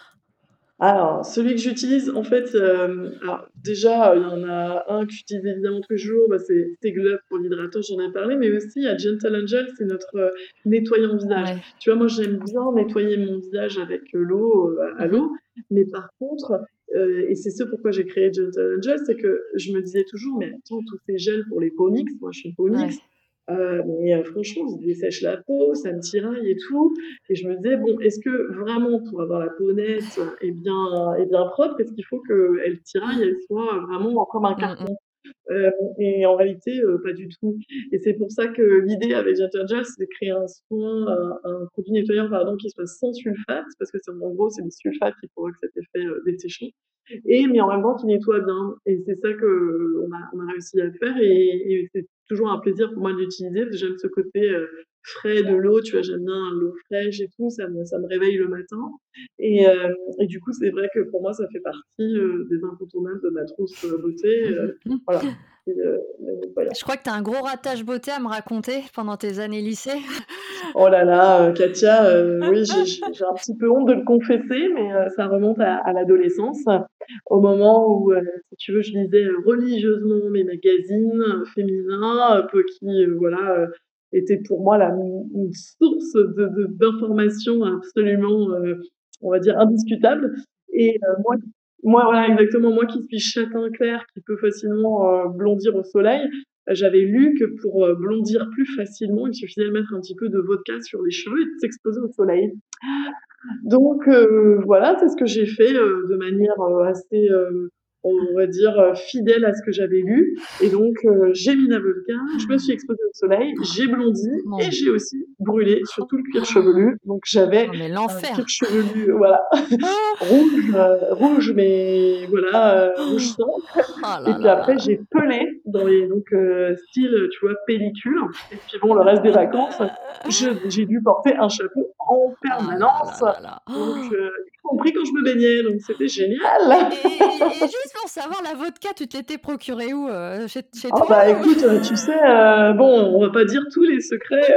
Alors, celui que j'utilise, en fait, alors déjà, il y en a un que j'utilise évidemment tous les jours, bah, c'est Glove pour l'hydratant, j'en ai parlé, mais aussi il y a Gentle Angel, c'est notre, nettoyant visage. Ouais. Tu vois, moi, j'aime bien nettoyer mon visage avec, l'eau, à Mmh. l'eau, mais par contre, et c'est ce pourquoi j'ai créé Gentle Angel, c'est que je me disais toujours: «Mais attends, tous ces gels pour les peaux mixtes», moi je suis peau Ouais. mixte, mais franchement, ça dessèche la peau, ça me tiraille et tout et je me disais: «Bon, est-ce que vraiment pour avoir la peau nette et bien propre, est-ce qu'il faut qu'elle tiraille, elle soit vraiment comme un Mmh mh. carton?» Heu et en réalité, pas du tout et c'est pour ça que l'idée avec Gentle Gel, c'est de créer un produit nettoyant, pardon, qui soit sans sulfate, parce que c'est en gros, c'est les sulfates qui provoquent cet effet, desséchant et mais en même temps qui nettoie bien et c'est ça qu'on a réussi à faire et c'est toujours un plaisir pour moi de l'utiliser parce que j'aime ce côté, frais de l'eau, tu vois? J'aime bien l'eau fraîche et tout, ça me réveille le matin et du coup, c'est vrai que pour moi, ça fait partie, des incontournables de ma trousse, beauté, Mmh mh. voilà, et le nettoyant. Je crois que tu as un gros ratage beauté à me raconter pendant tes années lycée. Oh là là, Katia, oui, j'ai un petit peu honte de le confesser, mais ça remonte à l'adolescence, au moment où, si tu veux, je lisais, religieusement mes magazines, féminins, peu qui, voilà, était pour moi une source d'informations absolument, on va dire, indiscutable. Et moi, voilà, exactement, moi qui suis châtain clair, qui peut facilement blondir au soleil, j'avais lu que pour blondir plus facilement, il suffisait de mettre un petit peu de vodka sur les cheveux et de s'exposer au soleil. Donc voilà, c'est ce que j'ai fait de manière assez, on va dire, fidèle à ce que j'avais lu. Et donc j'ai mis la vodka, je me suis exposée au soleil, j'ai blondi et Bon. j'ai aussi brûlé sur tout le cuir chevelu. Donc j'avais Oh, mais un cuir l'enfer. chevelu, voilà, Ah. rouge, rouge, mais voilà, rouge sang. Oh Et là puis là après, là. j'ai pelé dans les donc style, tu vois, pellicule. Et puis bon, le reste des vacances, j'ai dû porter un chapeau en Ah là permanence, là là là. donc Oh. y compris quand je me baignais, donc c'était Et, génial. et juste pour savoir, la vodka, tu te l'étais procurée où? Chez Oh toi bah ou... écoute, tu sais, bon, on va pas dire tous les secrets.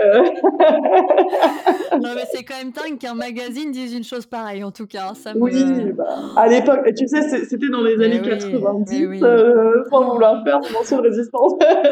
Non, mais c'est quand même dingue qu'un magazine dise une chose pareille, en tout cas, hein. Ça me... Oui, bah, à l'époque, et tu sais, c'était dans les années Mais 90, oui. sans vouloir faire de mention de résistance.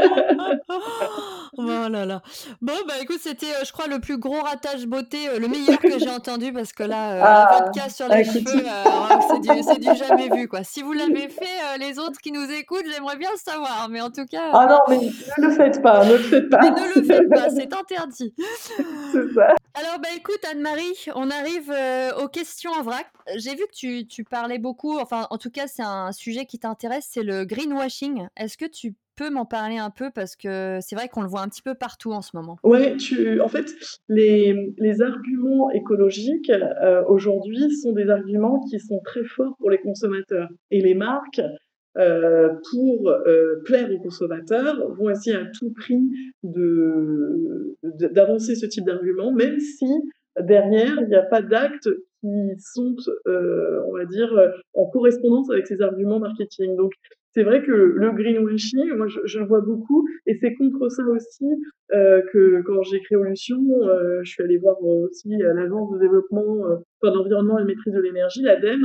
Oh là là. Bon, bah écoute, c'était, je crois, le plus gros ratage beauté, le meilleur que j'ai entendu, parce que là, la Ah, vodka sur bah les écoute. cheveux, c'est du jamais vu, quoi. Si vous l'avez fait, les autres qui nous écoutent, j'aimerais bien le savoir, mais en tout cas, Ah non, mais ne le faites pas, ne le faites mais pas. ne le faites pas, c'est interdit. C'est ça. Alors, bah écoute, Anne-Marie, on arrive aux questions en vrac. J'ai vu que tu parlais beaucoup, enfin, en tout cas, c'est un sujet qui t'intéresse, c'est le greenwashing. Est-ce que tu peux m'en parler un peu, parce que c'est vrai qu'on le voit un petit peu partout en ce moment. Ouais, en fait, les arguments écologiques aujourd'hui sont des arguments qui sont très forts pour les consommateurs. Et les marques, pour plaire aux consommateurs, vont essayer à tout prix d'avancer ce type d'argument, même si derrière, il n'y a pas d'actes qui sont, on va dire, en correspondance avec ces arguments marketing. Donc, c'est vrai que le greenwashing, moi, je le vois beaucoup, et c'est contre ça aussi que quand j'ai créé Olution, je suis allée voir aussi l'agence de développement, enfin d'environnement et de maîtrise de l'énergie, l'ADEME,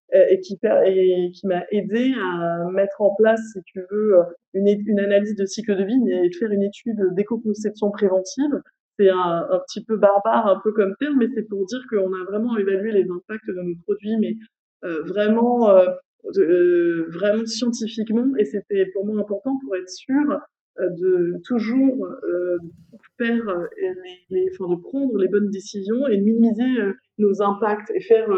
et qui m'a aidé à mettre en place, si tu veux, une analyse de cycle de vie et de faire une étude d'éco-conception préventive. C'est un petit peu barbare, un peu comme terme, mais c'est pour dire qu'on a vraiment évalué les impacts de nos produits, mais vraiment, vraiment scientifiquement, et c'était pour moi important pour être sûr de toujours faire enfin, de prendre les bonnes décisions et de minimiser nos impacts et faire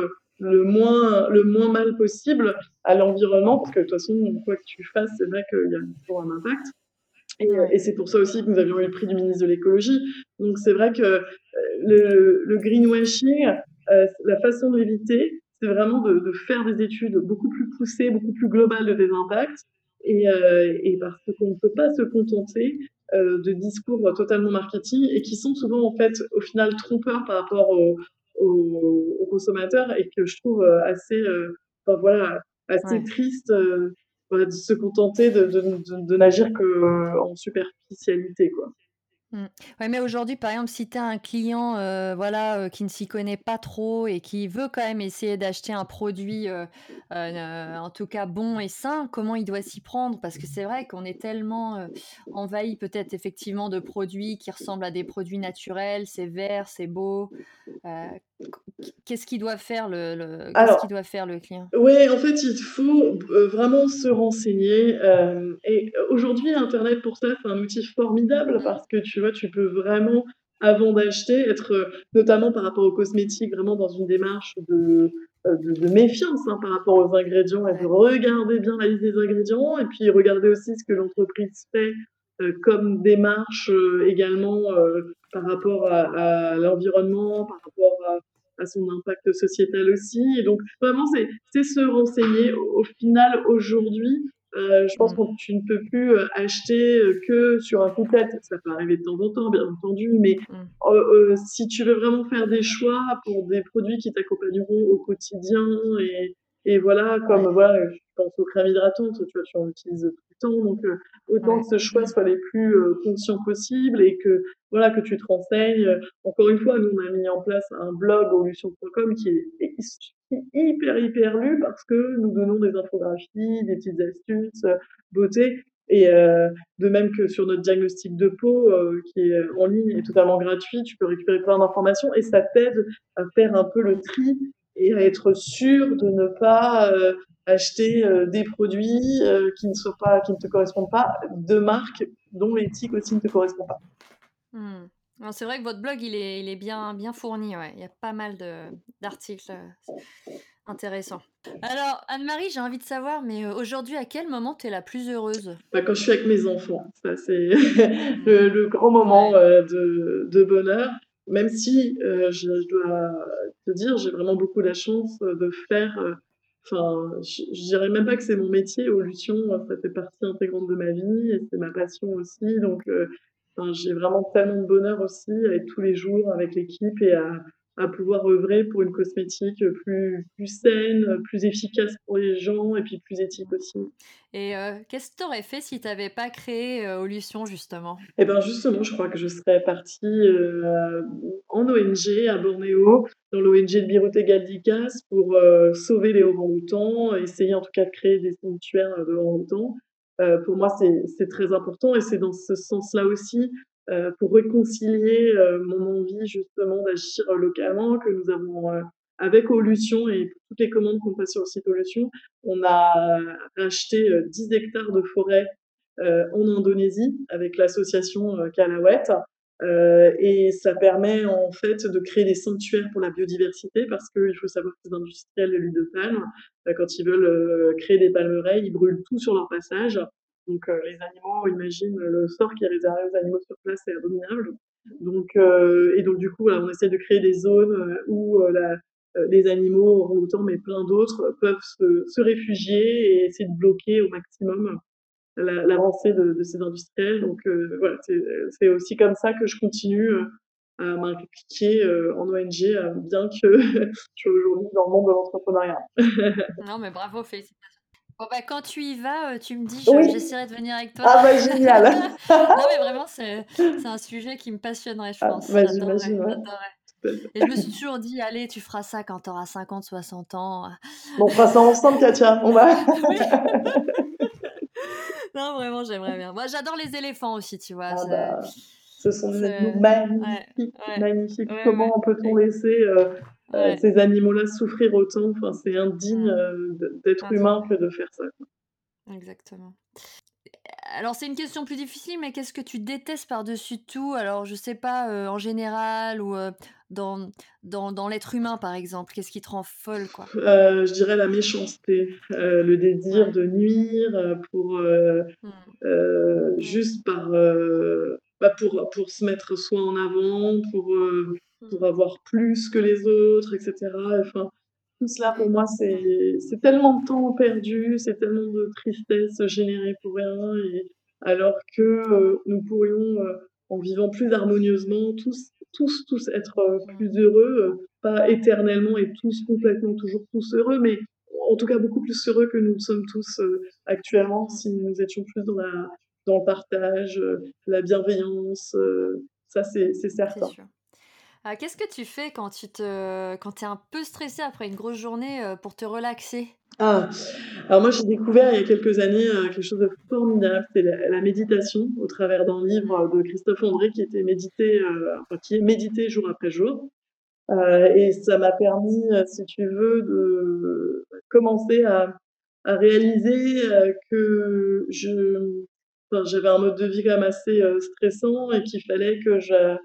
le moins mal possible à l'environnement, parce que de toute façon, quoi que tu fasses, c'est vrai qu'il y a toujours un impact. Ouais. Et c'est pour ça aussi que nous avions eu le prix du ministre de l'écologie. Donc c'est vrai que le greenwashing, la façon de l'éviter, c'est vraiment de faire des études beaucoup plus poussées, beaucoup plus globales de des impacts, et parce qu'on ne peut pas se contenter de discours totalement marketing et qui sont souvent en fait au final trompeurs par rapport aux consommateurs, et que je trouve assez, enfin, voilà, assez Ouais. triste de se contenter de n'agir que en superficialité, quoi. Mmh. Ouais, mais aujourd'hui, par exemple, si tu as un client, voilà, qui ne s'y connaît pas trop et qui veut quand même essayer d'acheter un produit, en tout cas bon et sain, comment il doit s'y prendre? Parce que c'est vrai qu'on est tellement, envahi peut-être effectivement de produits qui ressemblent à des produits naturels, c'est vert, c'est beau. Qu'est-ce qu'il doit faire qu'est-ce qu'il Alors, doit faire le client? ouais, en fait, il faut vraiment se renseigner. Et aujourd'hui, Internet, pour ça, c'est un outil formidable parce que tu vois, tu peux vraiment, avant d'acheter, être, notamment par rapport aux cosmétiques, vraiment dans une démarche de méfiance hein, par rapport aux ingrédients, et de Ouais, regarder bien la liste des ingrédients, et puis regarder aussi ce que l'entreprise fait comme démarche également par rapport à l'environnement, par rapport à son impact sociétal aussi. Et donc, vraiment, c'est se renseigner. Au final, aujourd'hui, je pense mmh, que tu ne peux plus acheter que sur un coup de tête. Ça peut arriver de temps en temps, bien entendu, mais mmh, si tu veux vraiment faire des choix pour des produits qui t'accompagneront au quotidien, et voilà, comme ouais, voilà, je pense aux crèmes hydratantes, tu vois, tu en utilises tout le temps, donc autant ouais, que ce choix soit les plus conscients possibles, et que voilà, que tu te renseignes. Encore une fois, nous on a mis en place un blog olution.com qui est hyper lu, parce que nous donnons des infographies, des petites astuces beauté, Et de même que sur notre diagnostic de peau, qui est en ligne et totalement gratuit, tu peux récupérer plein d'informations et ça t'aide à faire un peu le tri et à être sûr de ne pas acheter des produits qui ne te correspondent pas, de marques dont l'éthique aussi ne te correspond pas. Hmm. Non, c'est vrai que votre blog, il est bien, bien fourni. Ouais. Il y a pas mal d'articles intéressants. Alors, Anne-Marie, j'ai envie de savoir, mais aujourd'hui, à quel moment tu es la plus heureuse? Bah, quand je suis avec mes enfants, ça c'est Hmm. le grand moment Ouais. de bonheur, même si je dois te dire, j'ai vraiment beaucoup la chance de faire, enfin, je dirais même pas que c'est mon métier, Evolution, ça fait partie intégrante de ma vie et c'est ma passion aussi, donc enfin, j'ai vraiment tellement de bonheur aussi à être tous les jours avec l'équipe et à pouvoir œuvrer pour une cosmétique plus saine, plus efficace pour les gens et puis plus éthique aussi. Et qu'est-ce que tu aurais fait si tu n'avais pas créé Olution, justement? Et ben justement, je crois que je serais partie en ONG à Bornéo, dans l'ONG de Birute Galdikas, pour sauver les orang-outans, essayer en tout cas de créer des sanctuaires de orang-outans. Pour moi, c'est très important et c'est dans ce sens-là aussi, pour réconcilier mon envie justement d'agir localement, que nous avons, avec Olution et pour toutes les commandes qu'on passe sur le site Olution, on a acheté 10 hectares de forêt en Indonésie avec l'association Kalawet. Et ça permet en fait de créer des sanctuaires pour la biodiversité parce qu'il faut savoir que les industriels de l'huile de palme, quand ils veulent créer des palmeraies, ils brûlent tout sur leur passage. Donc les animaux, imagine le sort qui est réservé aux animaux sur place, c'est abominable. Donc, et donc du coup, voilà, on essaie de créer des zones où les animaux, orang-outans, mais plein d'autres, peuvent se réfugier et essayer de bloquer au maximum l'avancée de ces industriels. Donc voilà, c'est aussi comme ça que je continue à m'impliquer en ONG, bien que je sois aujourd'hui dans le monde de l'entrepreneuriat. Non, mais bravo, félicitations. Bon, bah, quand tu y vas, tu me dis, Oui, j'essaierai de venir avec toi. ah bah génial. Non, mais vraiment, c'est un sujet qui me passionnerait, je Ah, pense. bah J'adorerais, j'imagine, ouais. j'adorerais. Tout à fait. Et je me suis toujours dit, allez, tu feras ça quand tu auras 50, 60 ans. Bon, on fera ça ensemble, Katia. On va. Oui, non, vraiment, j'aimerais bien. Moi, j'adore les éléphants aussi, tu vois. Ah bah, ce sont des animaux Ouais, magnifiques, ouais, magnifiques. ouais, Comment ouais, peut-on laisser ouais, ces animaux-là souffrir autant? Enfin, c'est indigne mm, d'être indigne, humain que de faire ça. exactement. Alors, c'est une question plus difficile, mais qu'est-ce que tu détestes par-dessus tout? Alors, je sais pas, en général ou dans, dans l'être humain, par exemple. Qu'est-ce qui te rend folle, quoi? Je dirais la méchanceté, le désir Ouais. de nuire pour Mm, mm, juste pour se mettre soi en avant, pour mm, avoir plus que les autres, etc. Enfin, tout cela pour mm, moi, mm, c'est tellement de temps perdu, c'est tellement de tristesse générée pour rien, et alors que nous pourrions, en vivant plus harmonieusement, tous être mm, plus heureux, pas éternellement et tous complètement toujours tous heureux, mais en tout cas beaucoup plus heureux que nous le sommes tous actuellement mm, si nous étions plus dans le partage, la bienveillance, ça c'est c'est certain. sûr. Qu'est-ce que tu fais quand t'es un peu stressé après une grosse journée pour te relaxer? Ah, alors moi j'ai découvert il y a quelques années quelque chose de formidable, c'est la méditation au travers d'un livre Mm, de Christophe André qui était médité, enfin qui est médité jour après jour. Et ça m'a permis, si tu veux, de commencer à réaliser que j'avais un mode de vie quand même assez stressant et qu'il fallait que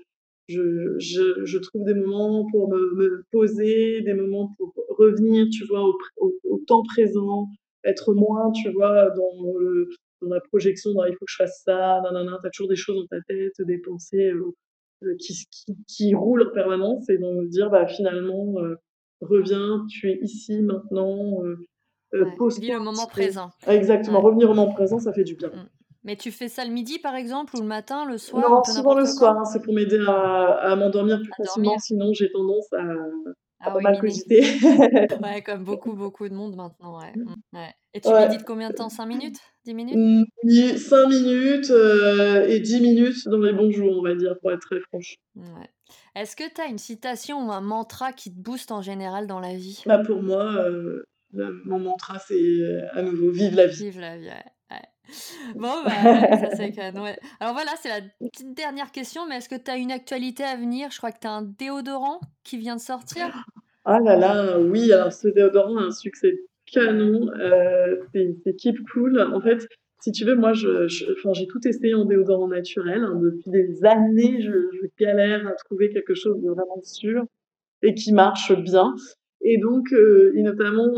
je trouve des moments pour me poser, des moments pour revenir, tu vois, au temps présent, être moins, tu vois, dans la projection, dans il faut que je fasse ça, nanana, t'as toujours des choses dans ta tête, des pensées qui roulent en permanence et donc me dire, bah finalement, reviens, tu es ici, maintenant, ouais. Vis pose-toi le un moment petit peu. présent. Exactement, Ouais. revenir au moment présent, ça fait du bien. Mm. Mais tu fais ça le midi, par exemple, ou le matin, le soir, un Non, peu souvent le n'importe soir, quand? hein, c'est pour m'aider à m'endormir plus À facilement, dormir, sinon j'ai tendance à à pas mal ruminer. cogiter. Ouais, comme beaucoup, beaucoup de monde maintenant, ouais. Ouais. Et tu Ouais, médites combien de temps? 5 minutes? 10 minutes? 5 minutes et 10 minutes dans les bons jours, on va dire, pour être très franche. Ouais. Est-ce que tu as une citation ou un mantra qui te booste en général dans la vie? Là, pour moi, mon mantra, c'est à nouveau: «Vive la vie». Vive la vie, ouais. Ouais. Bon, bah, ça c'est canon. Ouais. Alors voilà, c'est la petite dernière question, mais est-ce que tu as une actualité à venir? Je crois que tu as un déodorant qui vient de sortir. Ah là là, oui, alors ce déodorant a un succès canon, c'est Keep Cool. En fait, si tu veux, moi, enfin, j'ai tout essayé en déodorant naturel, hein. Depuis des années, je galère à trouver quelque chose de vraiment sûr et qui marche bien. Et donc, et notamment,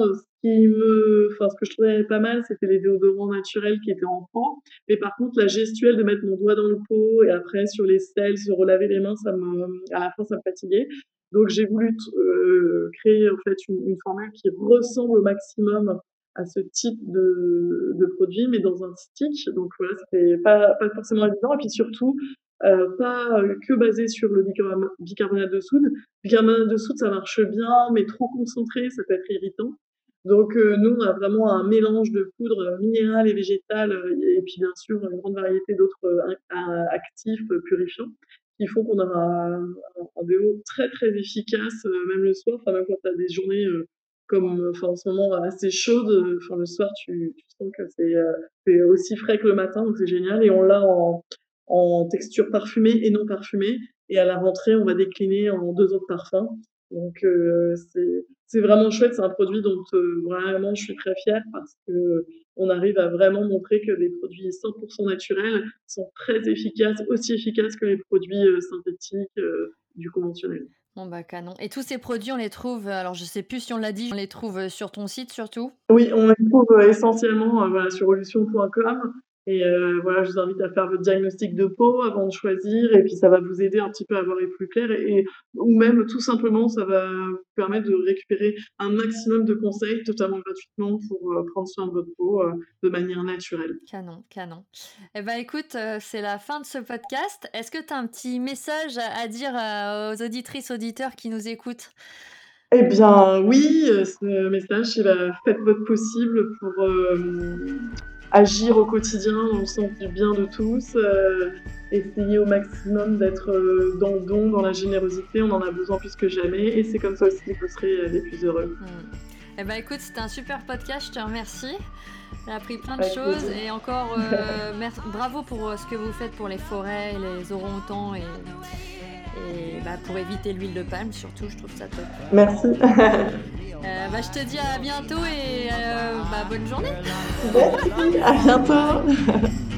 ce que je trouvais pas mal, c'était les déodorants naturels qui étaient en pot. Mais par contre, la gestuelle de mettre mon doigt dans le pot et après sur les selles, se relaver les mains, à la fin, ça me fatiguait. Donc, j'ai voulu créer en fait une formule qui ressemble au maximum à ce type de produit, mais dans un stick. Donc voilà, c'était pas forcément évident. Et puis surtout, pas que basé sur le bicarbonate de soude. Bicarbonate de soude, ça marche bien, mais trop concentré, ça peut être irritant. Donc, nous, on a vraiment un mélange de poudre minérale et végétale, et puis bien sûr une grande variété d'autres actifs purifiants qui font qu'on a un déo très très efficace, même le soir, enfin même quand tu as des journées comme enfin, en ce moment assez chaudes, enfin le soir tu sens que c'est aussi frais que le matin, donc c'est génial. Et on l'a en texture parfumée et non parfumée. Et à la rentrée, on va décliner en 2 autres parfums. Donc, c'est vraiment chouette. C'est un produit dont vraiment je suis très fière parce que on arrive à vraiment montrer que des produits 100% naturels sont très efficaces, aussi efficaces que les produits synthétiques du conventionnel. Bon, bah, canon. Et tous ces produits, on les trouve, alors je sais plus si on l'a dit, on les trouve sur ton site surtout? Oui, on les trouve essentiellement voilà, sur Olution.com. Et voilà, je vous invite à faire votre diagnostic de peau avant de choisir. Et puis, ça va vous aider un petit peu à voir les plus clairs. Ou même, tout simplement, ça va vous permettre de récupérer un maximum de conseils totalement gratuitement pour prendre soin de votre peau de manière naturelle. Canon, canon. Eh ben écoute, c'est la fin de ce podcast. Est-ce que tu as un petit message à dire aux auditrices, auditeurs qui nous écoutent? Eh bien, oui, ce message, c'est faites votre possible pour agir au quotidien dans le sens du bien de tous. Essayez au maximum d'être dans le don, dans la générosité. On en a besoin plus que jamais. Et c'est comme ça aussi que vous serez les plus heureux. Eh ben écoute, c'était un super podcast. Je te remercie. J'ai appris plein de Avec choses. plaisir. Et encore, bravo pour ce que vous faites pour les forêts, les orang-outans et pour éviter l'huile de palme, surtout, je trouve ça top. Merci. Je te dis à bientôt et bonne journée. Merci, à bientôt.